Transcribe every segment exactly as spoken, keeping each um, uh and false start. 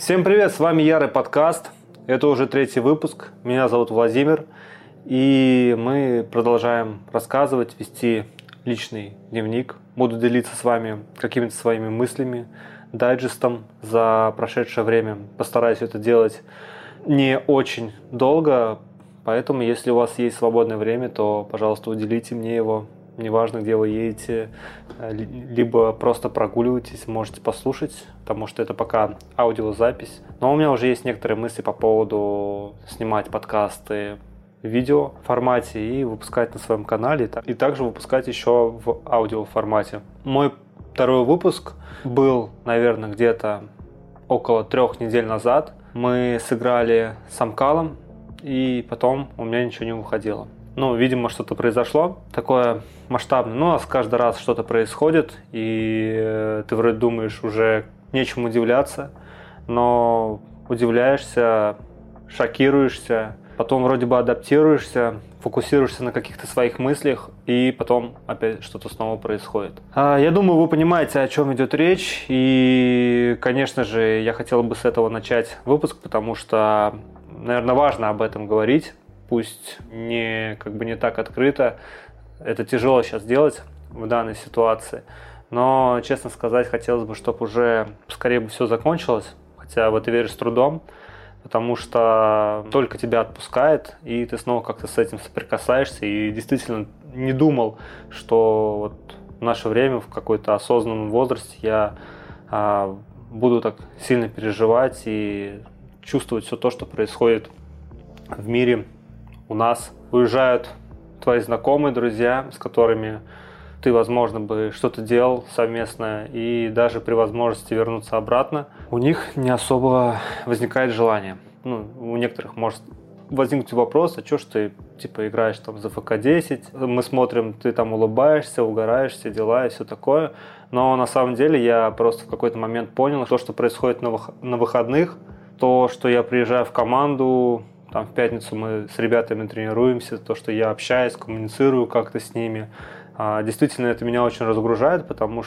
Всем привет, с вами Ярый подкаст. Это уже третий выпуск. Меня зовут Владимир. И мы продолжаем рассказывать, вести личный дневник. Буду делиться с вами какими-то своими мыслями, дайджестом за прошедшее время. Постараюсь это делать не очень долго. Поэтому, если у вас есть свободное время, то, пожалуйста, уделите мне его. Неважно, где вы едете, либо просто прогуливаетесь, можете послушать, потому что это пока аудиозапись. Но у меня уже есть некоторые мысли по поводу снимать подкасты в видео формате и выпускать на своем канале, и также выпускать еще в аудио формате. Мой второй выпуск был, наверное, где-то около трех недель назад. Мы сыграли с Амкалом, и потом у меня ничего не выходило. Ну, видимо, что-то произошло такое масштабное. Ну, а каждый раз что-то происходит, и ты вроде думаешь, уже нечем удивляться, но удивляешься, шокируешься, потом вроде бы адаптируешься, фокусируешься на каких-то своих мыслях, и потом опять что-то снова происходит. Я думаю, вы понимаете, о чем идет речь, и, конечно же, я хотел бы с этого начать выпуск, потому что, наверное, важно об этом говорить. Пусть не, как бы не так открыто, это тяжело сейчас делать в данной ситуации, но, честно сказать, хотелось бы, чтобы уже скорее бы все закончилось, хотя в это верю с трудом, потому что только тебя отпускает, и ты снова как-то с этим соприкасаешься, и действительно не думал, что вот в наше время, в какой-то осознанном возрасте я а, буду так сильно переживать и чувствовать все то, что происходит в мире. У нас уезжают твои знакомые, друзья, с которыми ты, возможно, бы что-то делал совместно, и даже при возможности вернуться обратно, у них не особо возникает желание. Ну, у некоторых может возникнуть вопрос, а что ж ты типа играешь там за эф ка десять, мы смотрим, ты там улыбаешься, угораешь, все дела и все такое, но на самом деле я просто в какой-то момент понял, что, что происходит на, вых- на выходных, то, что я приезжаю в команду. Там в пятницу мы с ребятами тренируемся, то, что я общаюсь, коммуницирую как-то с ними. Действительно, это меня очень разгружает, потому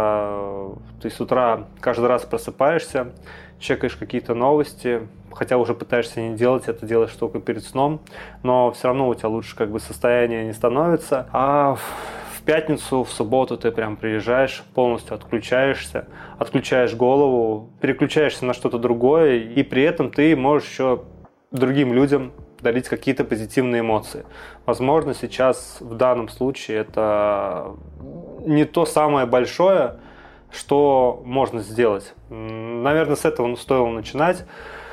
что ты с утра каждый раз просыпаешься, чекаешь какие-то новости, хотя уже пытаешься не делать это, делаешь только перед сном, но все равно у тебя лучше как бы состояние не становится. А в пятницу, в субботу ты прям приезжаешь, полностью отключаешься, отключаешь голову, переключаешься на что-то другое, и при этом ты можешь еще другим людям дарить какие-то позитивные эмоции. Возможно, сейчас в данном случае это не то самое большое, что можно сделать. Наверное, с этого стоило начинать,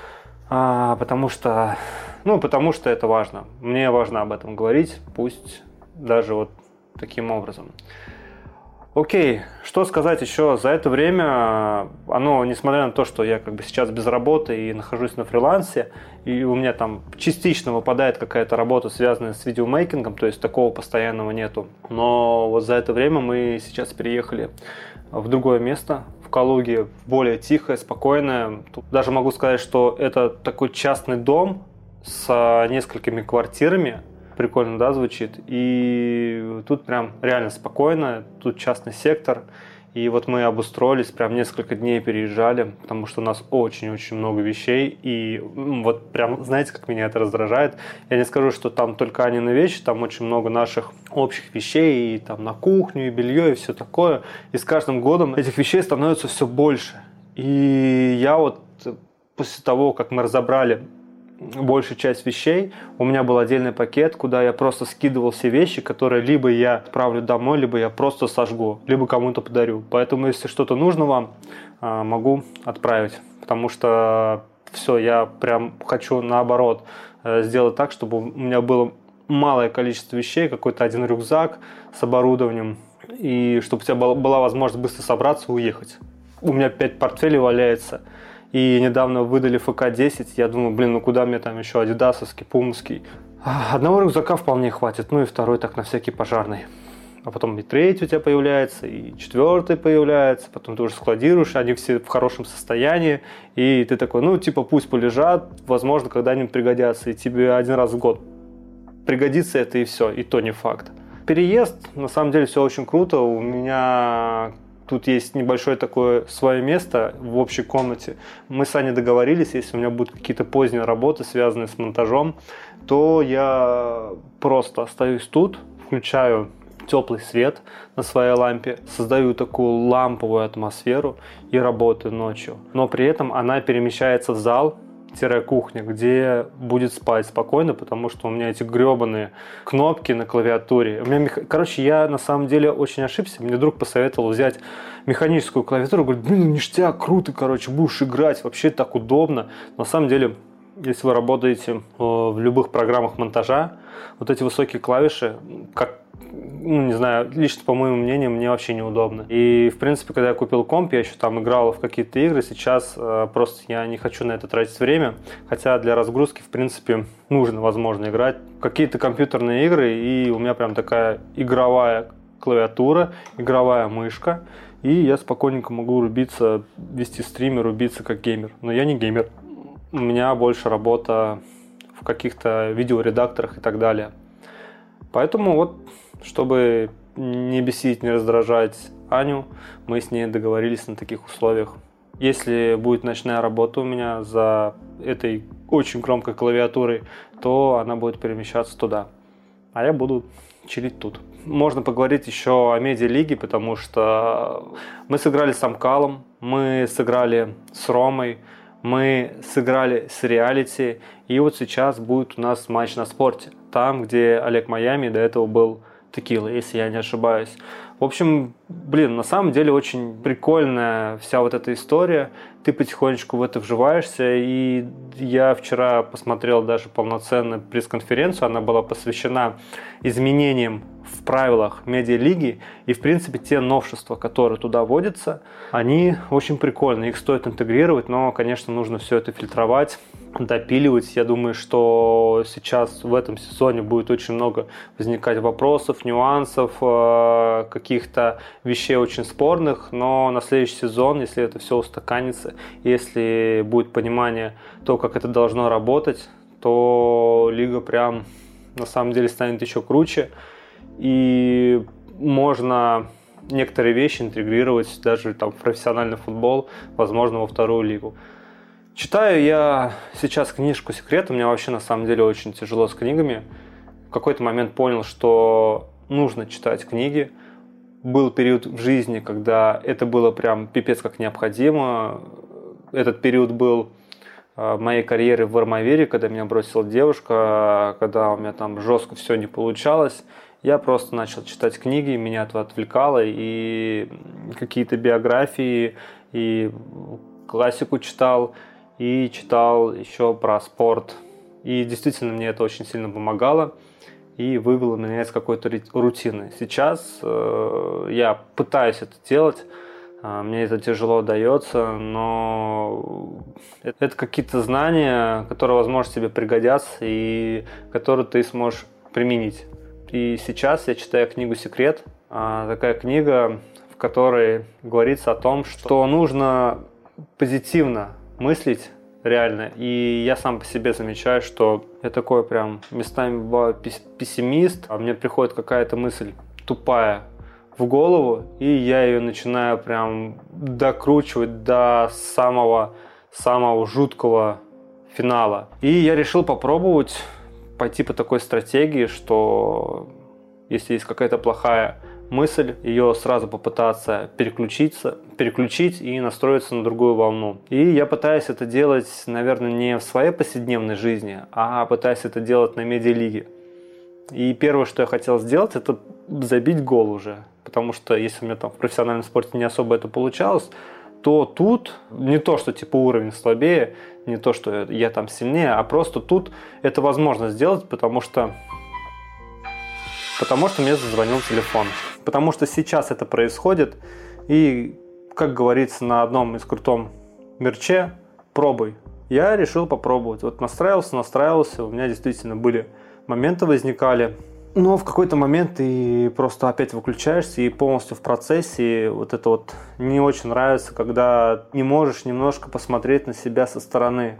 потому что, ну, потому что это важно. Мне важно об этом говорить, пусть даже вот таким образом. Окей, что сказать еще? За это время, оно, несмотря на то, что я как бы сейчас без работы и нахожусь на фрилансе, и у меня там частично выпадает какая-то работа, связанная с видеомейкингом, то есть такого постоянного нету. Но вот за это время мы сейчас переехали в другое место, в Калуге, более тихое, спокойное. Тут даже могу сказать, что это такой частный дом с несколькими квартирами. Прикольно, да, звучит. И тут прям реально спокойно, тут частный сектор. И вот мы обустроились, прям несколько дней переезжали, потому что у нас очень-очень много вещей. И вот прям, знаете, как меня это раздражает? Я не скажу, что там только Анины вещи, там очень много наших общих вещей, и там на кухню, и белье, и все такое. И с каждым годом этих вещей становится все больше. И я вот после того, как мы разобрали большую часть вещей, у меня был отдельный пакет, куда я просто скидывал все вещи, которые либо я отправлю домой, либо я просто сожгу, либо кому-то подарю. Поэтому, если что-то нужно вам, могу отправить. Потому что все, я прям хочу наоборот сделать так, чтобы у меня было малое количество вещей, какой-то один рюкзак с оборудованием, и чтобы у тебя была возможность быстро собраться и уехать. У меня пять портфелей валяется. И недавно выдали эф ка десять, я думаю, блин, ну куда мне там еще адидасовский, пумовский. Одного рюкзака вполне хватит, ну и второй так на всякий пожарный. А потом и третий у тебя появляется, и четвертый появляется, потом ты уже складируешь, они все в хорошем состоянии, и ты такой, ну типа пусть полежат, возможно, когда-нибудь пригодятся, и тебе один раз в год пригодится это и все, и то не факт. Переезд, на самом деле все очень круто, у меня тут есть небольшое такое свое место в общей комнате. Мы с Аней договорились, если у меня будут какие-то поздние работы, связанные с монтажом, то я просто остаюсь тут, включаю теплый свет на своей лампе, создаю такую ламповую атмосферу и работаю ночью. Но при этом она перемещается в зал, кухня, где будет спать спокойно, потому что у меня эти гребаные кнопки на клавиатуре. У меня мех... Короче, я на самом деле очень ошибся. Мне друг посоветовал взять механическую клавиатуру. Говорит, блин, ништяк, круто, короче, будешь играть, вообще так удобно. На самом деле, если вы работаете в любых программах монтажа, вот эти высокие клавиши, как ну, не знаю, лично, по моему мнению, мне вообще неудобно. И, в принципе, когда я купил комп, я еще там играл в какие-то игры. Сейчас э, просто я не хочу на это тратить время. Хотя для разгрузки, в принципе, нужно, возможно, играть в какие-то компьютерные игры. И у меня прям такая игровая клавиатура, игровая мышка. И я спокойненько могу рубиться, вести стримы, рубиться как геймер. Но я не геймер. У меня больше работа в каких-то видеоредакторах и так далее. Поэтому вот, чтобы не бесить, не раздражать Аню, мы с ней договорились на таких условиях. Если будет ночная работа у меня за этой очень громкой клавиатурой, то она будет перемещаться туда, а я буду чилить тут. Можно поговорить еще о медиалиге, потому что мы сыграли с Амкалом, мы сыграли с Ромой, мы сыграли с Реалити, и вот сейчас будет у нас матч на спорте. Там, где Олег Майами до этого был Текила, если я не ошибаюсь. В общем, блин, на самом деле очень прикольная вся вот эта история. Ты потихонечку в это вживаешься. И я вчера посмотрел даже полноценную пресс-конференцию. Она была посвящена изменениям в правилах медиалиги. И, в принципе, те новшества, которые туда вводятся, они очень прикольные. Их стоит интегрировать, но, конечно, нужно все это фильтровать, допиливать. Я думаю, что сейчас в этом сезоне будет очень много возникать вопросов, нюансов, каких-то вещей очень спорных, но на следующий сезон, если это все устаканится, если будет понимание того, как это должно работать, то лига прям на самом деле станет еще круче, и можно некоторые вещи интегрировать даже там в профессиональный футбол, возможно, во вторую лигу. Читаю я сейчас книжку «Секрет». У меня вообще на самом деле очень тяжело с книгами. В какой-то момент понял, что нужно читать книги. Был период в жизни, когда это было прям пипец как необходимо. Этот период был в моей карьере в Армавире, когда меня бросила девушка, когда у меня там жестко все не получалось. Я просто начал читать книги, меня это отвлекало, и какие-то биографии, и классику читал, и читал еще про спорт. И действительно мне это очень сильно помогало и вывело меня из какой-то рутины. Сейчас э, я пытаюсь это делать, э, мне это тяжело дается, но это, это какие-то знания, которые, возможно, тебе пригодятся и которые ты сможешь применить. И сейчас я читаю книгу «Секрет». Э, такая книга, в которой говорится о том, что нужно позитивно мыслить реально. И я сам по себе замечаю, что я такой прям местами бываю пессимист, а мне приходит какая-то мысль тупая в голову, и я ее начинаю прям докручивать до самого, самого жуткого финала. И я решил попробовать пойти по такой стратегии, что если есть какая-то плохая мысль, ее сразу попытаться переключиться, переключить и настроиться на другую волну. И я пытаюсь это делать, наверное, не в своей повседневной жизни, а пытаюсь это делать на медиалиге. И первое, что я хотел сделать, это забить гол уже. Потому что если у меня там в профессиональном спорте не особо это получалось, то тут не то, что типа уровень слабее, не то, что я там сильнее, а просто тут это возможно сделать, потому что Потому что мне зазвонил телефон. Потому что сейчас это происходит. И, как говорится на одном из крутом мерче, пробуй. Я решил попробовать. Вот настраивался, настраивался. У меня действительно были моменты возникали. Но в какой-то момент ты просто опять выключаешься и полностью в процессе. И вот это вот не очень нравится, когда не можешь немножко посмотреть на себя со стороны.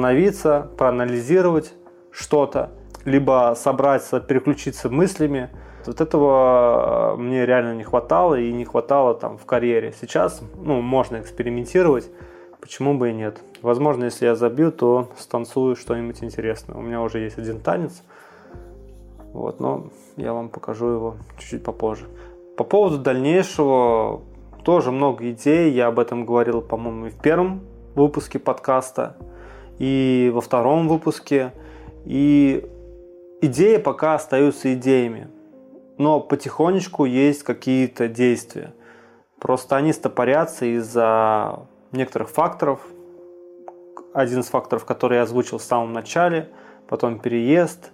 Остановиться, проанализировать что-то. Либо собраться, переключиться мыслями, Вот этого мне реально не хватало и не хватало там в карьере. Сейчас, ну, можно экспериментировать, почему бы и нет. Возможно, если я забью, то станцую что-нибудь интересное. У меня уже есть один танец, вот, но я вам покажу его чуть-чуть попозже. По поводу дальнейшего, тоже много идей, я об этом говорил, по-моему, и в первом выпуске подкаста, и во втором выпуске, и идеи пока остаются идеями, но потихонечку есть какие-то действия. Просто они стопорятся из-за некоторых факторов. Один из факторов, который я озвучил в самом начале, потом переезд,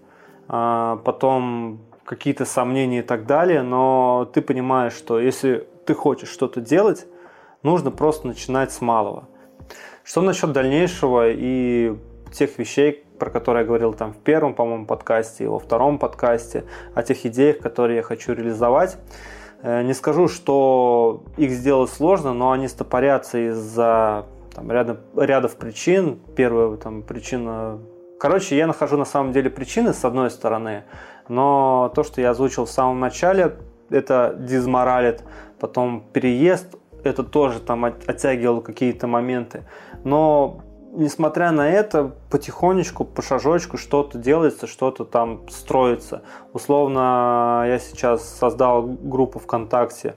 потом какие-то сомнения и так далее, но ты понимаешь, что если ты хочешь что-то делать, нужно просто начинать с малого. Что насчет дальнейшего и тех вещей, про которые я говорил там в первом, по-моему, подкасте и во втором подкасте, о тех идеях, которые я хочу реализовать. Не скажу, что их сделать сложно, но они стопорятся из-за там, ряда, рядов причин. Первая там, причина... Короче, я нахожу на самом деле причины с одной стороны, но то, что я озвучил в самом начале, это дизморалит, потом переезд, это тоже там оттягивало какие-то моменты. Но несмотря на это, потихонечку, по шажочку что-то делается, что-то там строится. Условно, я сейчас создал группу ВКонтакте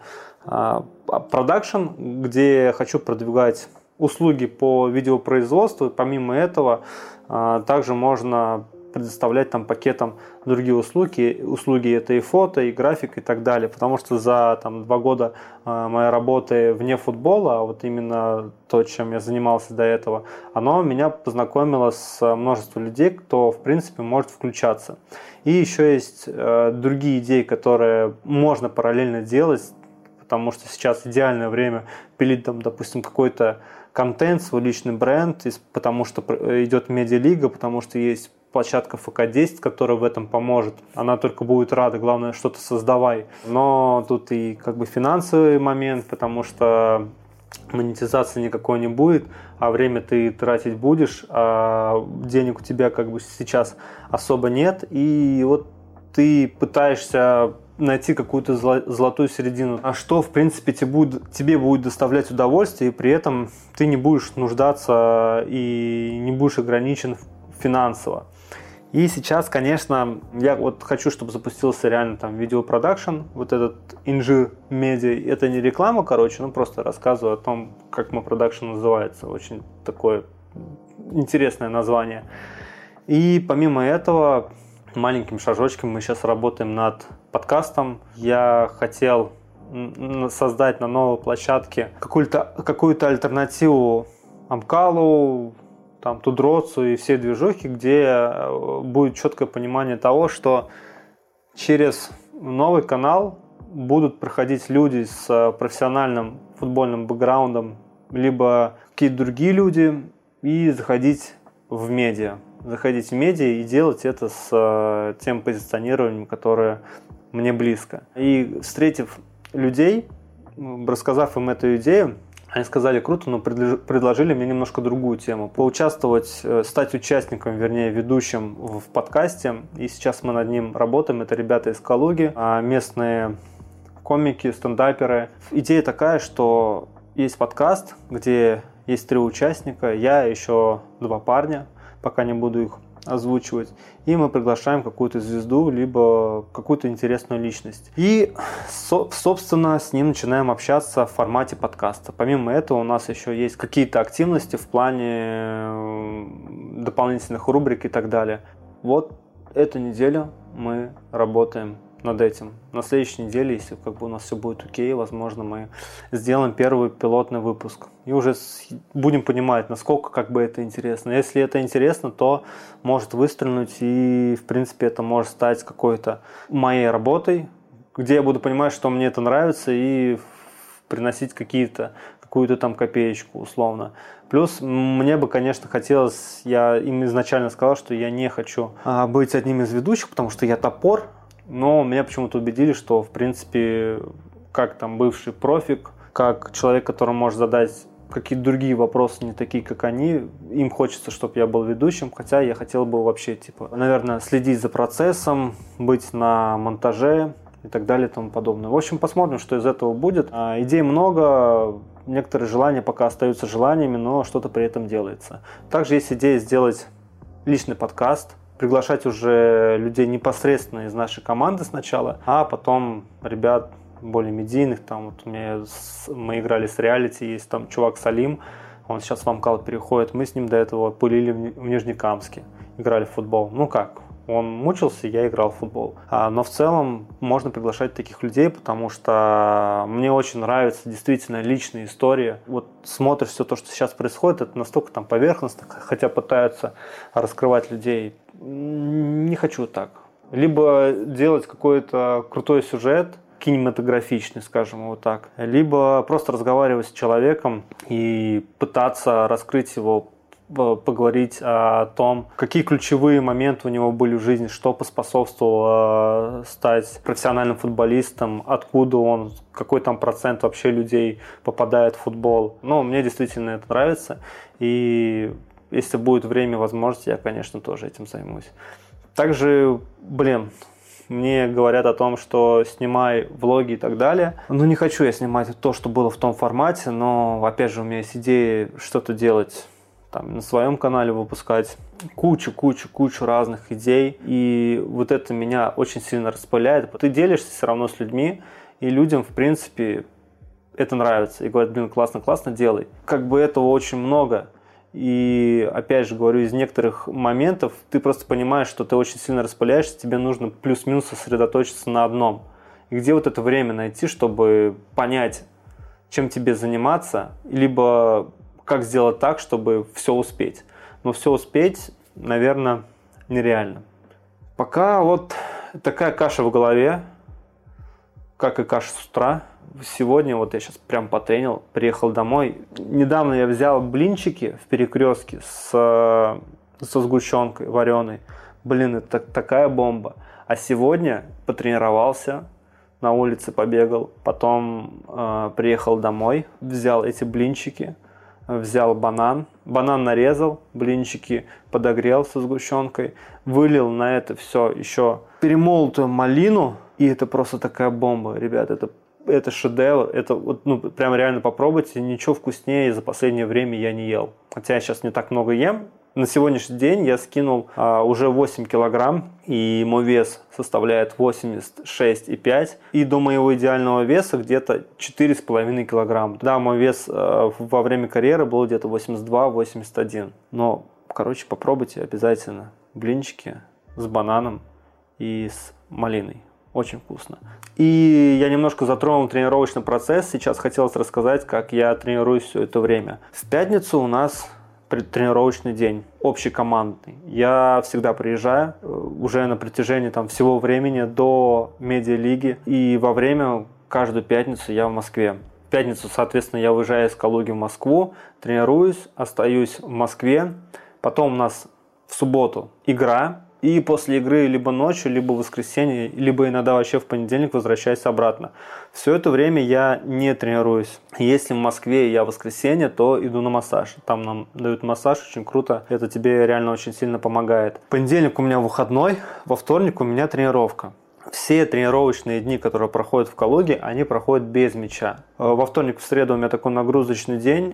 продакшн, где хочу продвигать услуги по видеопроизводству. И помимо этого, также можно предоставлять там пакетом другие услуги. Услуги это и фото, и график, и так далее. Потому что за там, два года э, моей работы вне футбола, а вот именно то, чем я занимался до этого, оно меня познакомило с множеством людей, кто в принципе может включаться. И еще есть э, другие идеи, которые можно параллельно делать, потому что сейчас идеальное время пилить там, допустим, какой-то контент, свой личный бренд, потому что идет медиалига, потому что есть площадка эф ка десять, которая в этом поможет. Она только будет рада, главное, что-то создавай. Но тут и как бы финансовый момент, потому что монетизации никакой не будет, а время ты тратить будешь, а денег у тебя как бы сейчас особо нет. И вот ты пытаешься найти какую-то золотую середину, а что, в принципе, тебе будет, тебе будет доставлять удовольствие, и при этом ты не будешь нуждаться и не будешь ограничен финансово. И сейчас, конечно, я вот хочу, чтобы запустился реально там видеопродакшн, вот этот инжир медиа. Это не реклама, короче, ну просто рассказываю о том, как мой продакшн называется. Очень такое интересное название. И помимо этого, маленьким шажочком мы сейчас работаем над подкастом. Я хотел создать на новой площадке какую-то, какую-то альтернативу Амкалу, там, Тудроцу и все движухи, где будет четкое понимание того, что через новый канал будут проходить люди с профессиональным футбольным бэкграундом, либо какие-то другие люди, и заходить в медиа. Заходить в медиа и делать это с тем позиционированием, которое мне близко. И встретив людей, рассказав им эту идею, они сказали: круто, но предложили мне немножко другую тему. Поучаствовать, стать участником, вернее, ведущим в подкасте. И сейчас мы над ним работаем. Это ребята из Калуги, местные комики, стендаперы. Идея такая, что есть подкаст, где есть три участника, я и еще два парня, пока не буду их озвучивать. И мы приглашаем какую-то звезду, либо какую-то интересную личность. И, собственно, с ним начинаем общаться в формате подкаста. Помимо этого у нас еще есть какие-то активности в плане дополнительных рубрик и так далее. Вот эту неделю мы работаем над этим. На следующей неделе, если как бы у нас все будет окей, возможно, мы сделаем первый пилотный выпуск. И уже будем понимать, насколько как бы это интересно. Если это интересно, то может выстрелить, и в принципе это может стать какой-то моей работой, где я буду понимать, что мне это нравится, и приносить какие-то, какую-то там копеечку условно. Плюс мне бы, конечно, хотелось, я им изначально сказал, что я не хочу быть одним из ведущих, потому что я топор. Но меня почему-то убедили, что, в принципе, как там бывший профик, как человек, который может задать какие-то другие вопросы, не такие, как они, им хочется, чтобы я был ведущим, хотя я хотел бы вообще, типа, наверное, следить за процессом, быть на монтаже, и так далее и тому подобное. В общем, посмотрим, что из этого будет. Идей много, некоторые желания пока остаются желаниями, но что-то при этом делается. Также есть идея сделать личный подкаст, приглашать уже людей непосредственно из нашей команды сначала, а потом ребят более медийных. Там вот у меня мы играли с реалити, есть там чувак Салим, он сейчас в Амкал переходит, мы с ним до этого пылили в Нижнекамске, играли в футбол. Ну как? Он мучился, я играл в футбол. А, но в целом можно приглашать таких людей, потому что мне очень нравится действительно личная история. Вот смотришь все то, что сейчас происходит, это настолько там поверхностно, хотя пытаются раскрывать людей. Не хочу так. Либо делать какой-то крутой сюжет, кинематографичный, скажем вот так, либо просто разговаривать с человеком и пытаться раскрыть его, поговорить о том, какие ключевые моменты у него были в жизни, что поспособствовало стать профессиональным футболистом, откуда он, какой там процент вообще людей попадает в футбол. Ну, мне действительно это нравится, и если будет время и возможность, я, конечно, тоже этим займусь. Также, блин, мне говорят о том, что снимай влоги и так далее. Ну, не хочу я снимать то, что было в том формате, но, опять же, у меня есть идея что-то делать там, на своем канале, выпускать кучу-кучу-кучу разных идей. И вот это меня очень сильно распыляет. Ты делишься все равно с людьми, и людям, в принципе, это нравится. И говорят, блин, классно-классно, делай. Как бы этого очень много. И, опять же, говорю, из некоторых моментов ты просто понимаешь, что ты очень сильно распыляешься, тебе нужно плюс-минус сосредоточиться на одном. И где вот это время найти, чтобы понять, чем тебе заниматься, либо как сделать так, чтобы все успеть. Но все успеть, наверное, нереально. Пока вот такая каша в голове, как и каша с утра. Сегодня вот я сейчас прям потренил, приехал домой. Недавно я взял блинчики в Перекрестке с, со сгущенкой вареной. Блин, это такая бомба. А сегодня потренировался, на улице побегал, потом э, приехал домой, взял эти блинчики, взял банан, банан нарезал, блинчики подогрел со сгущенкой, вылил на это все еще перемолотую малину, и это просто такая бомба, ребят, это Это шедевр, это вот, ну, прям реально попробуйте, ничего вкуснее за последнее время я не ел. Хотя я сейчас не так много ем. На сегодняшний день я скинул а, уже восемь килограмм, и мой вес составляет восемьдесят шесть и пять. И до моего идеального веса где-то четыре с половиной килограмма. Да, мой вес а, во время карьеры был где-то восемьдесят два - восемьдесят один. Но, короче, попробуйте обязательно блинчики с бананом и с малиной. Очень вкусно. И я немножко затронул тренировочный процесс. Сейчас хотелось рассказать, как я тренируюсь все это время. В пятницу у нас тренировочный день, общекомандный. Я всегда приезжаю уже на протяжении там, всего времени до медиалиги. И во время каждую пятницу я в Москве. В пятницу, соответственно, я уезжаю из Калуги в Москву, тренируюсь, остаюсь в Москве. Потом у нас в субботу игра. И после игры либо ночью, либо в воскресенье, либо иногда вообще в понедельник возвращаюсь обратно. Все это время я не тренируюсь. Если в Москве я в воскресенье, то иду на массаж. Там нам дают массаж, очень круто. Это тебе реально очень сильно помогает. В понедельник у меня выходной, во вторник у меня тренировка. Все тренировочные дни, которые проходят в Калуге, они проходят без мяча. Во вторник, в среду у меня такой нагрузочный день,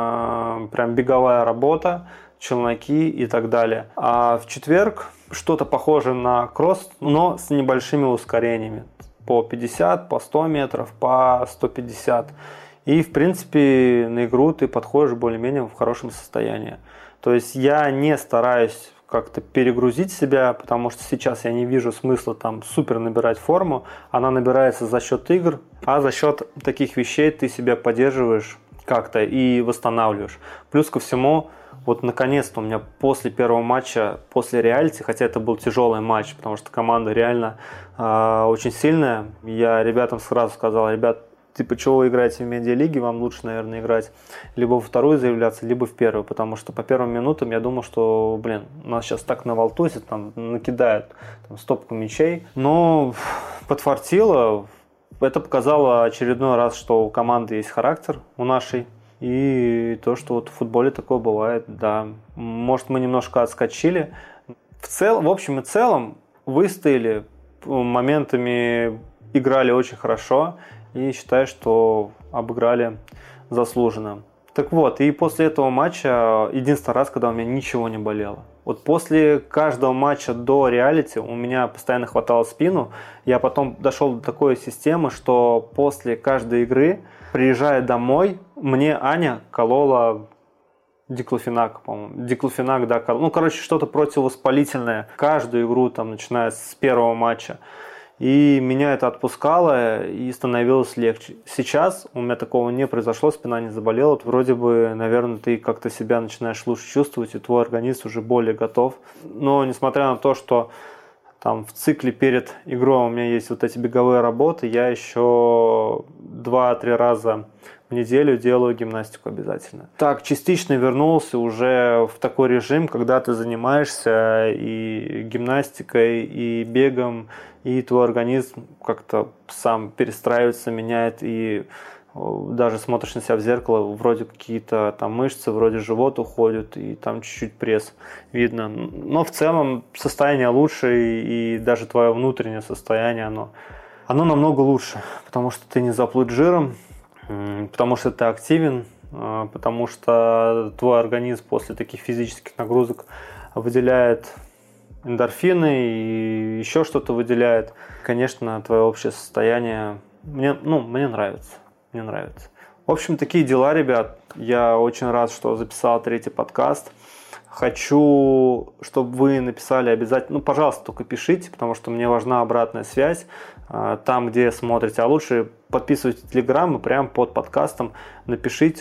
прям беговая работа, челноки и так далее. А в четверг что-то похожее на кросс, но с небольшими ускорениями. По пятьдесят, по сто метров, по сто пятьдесят. И, в принципе, на игру ты подходишь более-менее в хорошем состоянии. То есть я не стараюсь как-то перегрузить себя, потому что сейчас я не вижу смысла там супер набирать форму. Она набирается за счет игр, а за счет таких вещей ты себя поддерживаешь как-то и восстанавливаешь. Плюс ко всему, вот наконец-то у меня после первого матча, после реалити, хотя это был тяжелый матч, потому что команда реально э, очень сильная, я ребятам сразу сказал: ребят, типа, чего вы играете в медиалиге, вам лучше, наверное, играть либо во вторую заявляться, либо в первую, потому что по первым минутам я думал, что, блин, нас сейчас так наволтусят, там, накидают там, стопку мячей, но подфартило. Это показало очередной раз, что у команды есть характер, у нашей. И то, что вот в футболе такое бывает, да. Может, мы немножко отскочили. В, цел, в общем и целом выстояли моментами, играли очень хорошо и считаю, что обыграли заслуженно. Так вот, и после этого матча единственный раз, когда у меня ничего не болело. Вот после каждого матча до реалити у меня постоянно хватало спину. Я потом дошел до такой системы, что после каждой игры, приезжая домой, мне Аня колола диклофенак, по-моему. Диклофенак, да, кол... ну, короче, что-то противовоспалительное. Каждую игру, там, начиная с первого матча. И меня это отпускало и становилось легче. Сейчас у меня такого не произошло, спина не заболела. Вот вроде бы, наверное, ты как-то себя начинаешь лучше чувствовать, и твой организм уже более готов. Но несмотря на то, что там в цикле перед игрой у меня есть вот эти беговые работы, я еще два-три раза в неделю делаю гимнастику обязательно. Так, частично вернулся уже в такой режим, когда ты занимаешься и гимнастикой, и бегом, и твой организм как-то сам перестраивается, меняет, и даже смотришь на себя в зеркало, вроде какие-то там мышцы, вроде живот уходит, и там чуть-чуть пресс видно. Но в целом состояние лучше, и даже твое внутреннее состояние, оно, оно намного лучше, потому что ты не заплут жиром, потому что ты активен, потому что твой организм после таких физических нагрузок выделяет эндорфины и еще что-то выделяет. Конечно, твое общее состояние мне, ну, мне нравится. Мне нравится. В общем, такие дела, ребят. Я очень рад, что записал третий подкаст. Хочу, чтобы вы написали обязательно, ну, пожалуйста, только пишите, потому что мне важна обратная связь. Там, где смотрите, а лучше подписывайтесь в Telegram и прямо под подкастом напишите,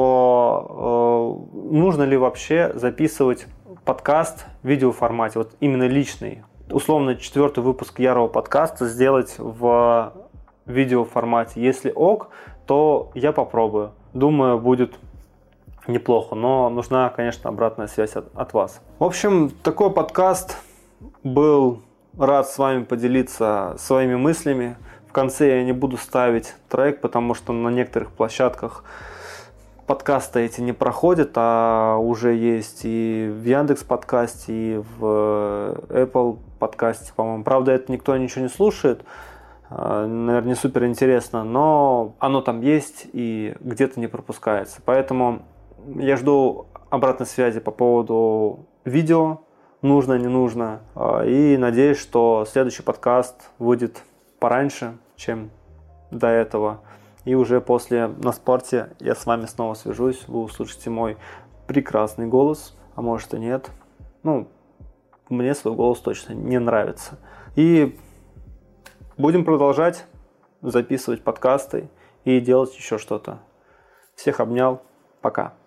что э, нужно ли вообще записывать подкаст в видеоформате, вот именно личный. Условно, четвертый выпуск Ярого подкаста сделать в видеоформате. Если ок, то я попробую. Думаю, будет неплохо, но нужна, конечно, обратная связь от, от вас. В общем, такой подкаст был. Рад с вами поделиться своими мыслями. В конце я не буду ставить трек, потому что на некоторых площадках подкасты эти не проходят, а уже есть и в Яндекс.Подкасте, и в Apple подкасте, по-моему. Правда, это никто ничего не слушает. Наверное, не супер интересно, но оно там есть и где-то не пропускается. Поэтому я жду обратной связи по поводу видео, нужно, не нужно. И надеюсь, что следующий подкаст выйдет пораньше, чем до этого. И уже после на спорте я с вами снова свяжусь. Вы услышите мой прекрасный голос, а может и нет. Ну, мне свой голос точно не нравится. И будем продолжать записывать подкасты и делать еще что-то. Всех обнял. Пока.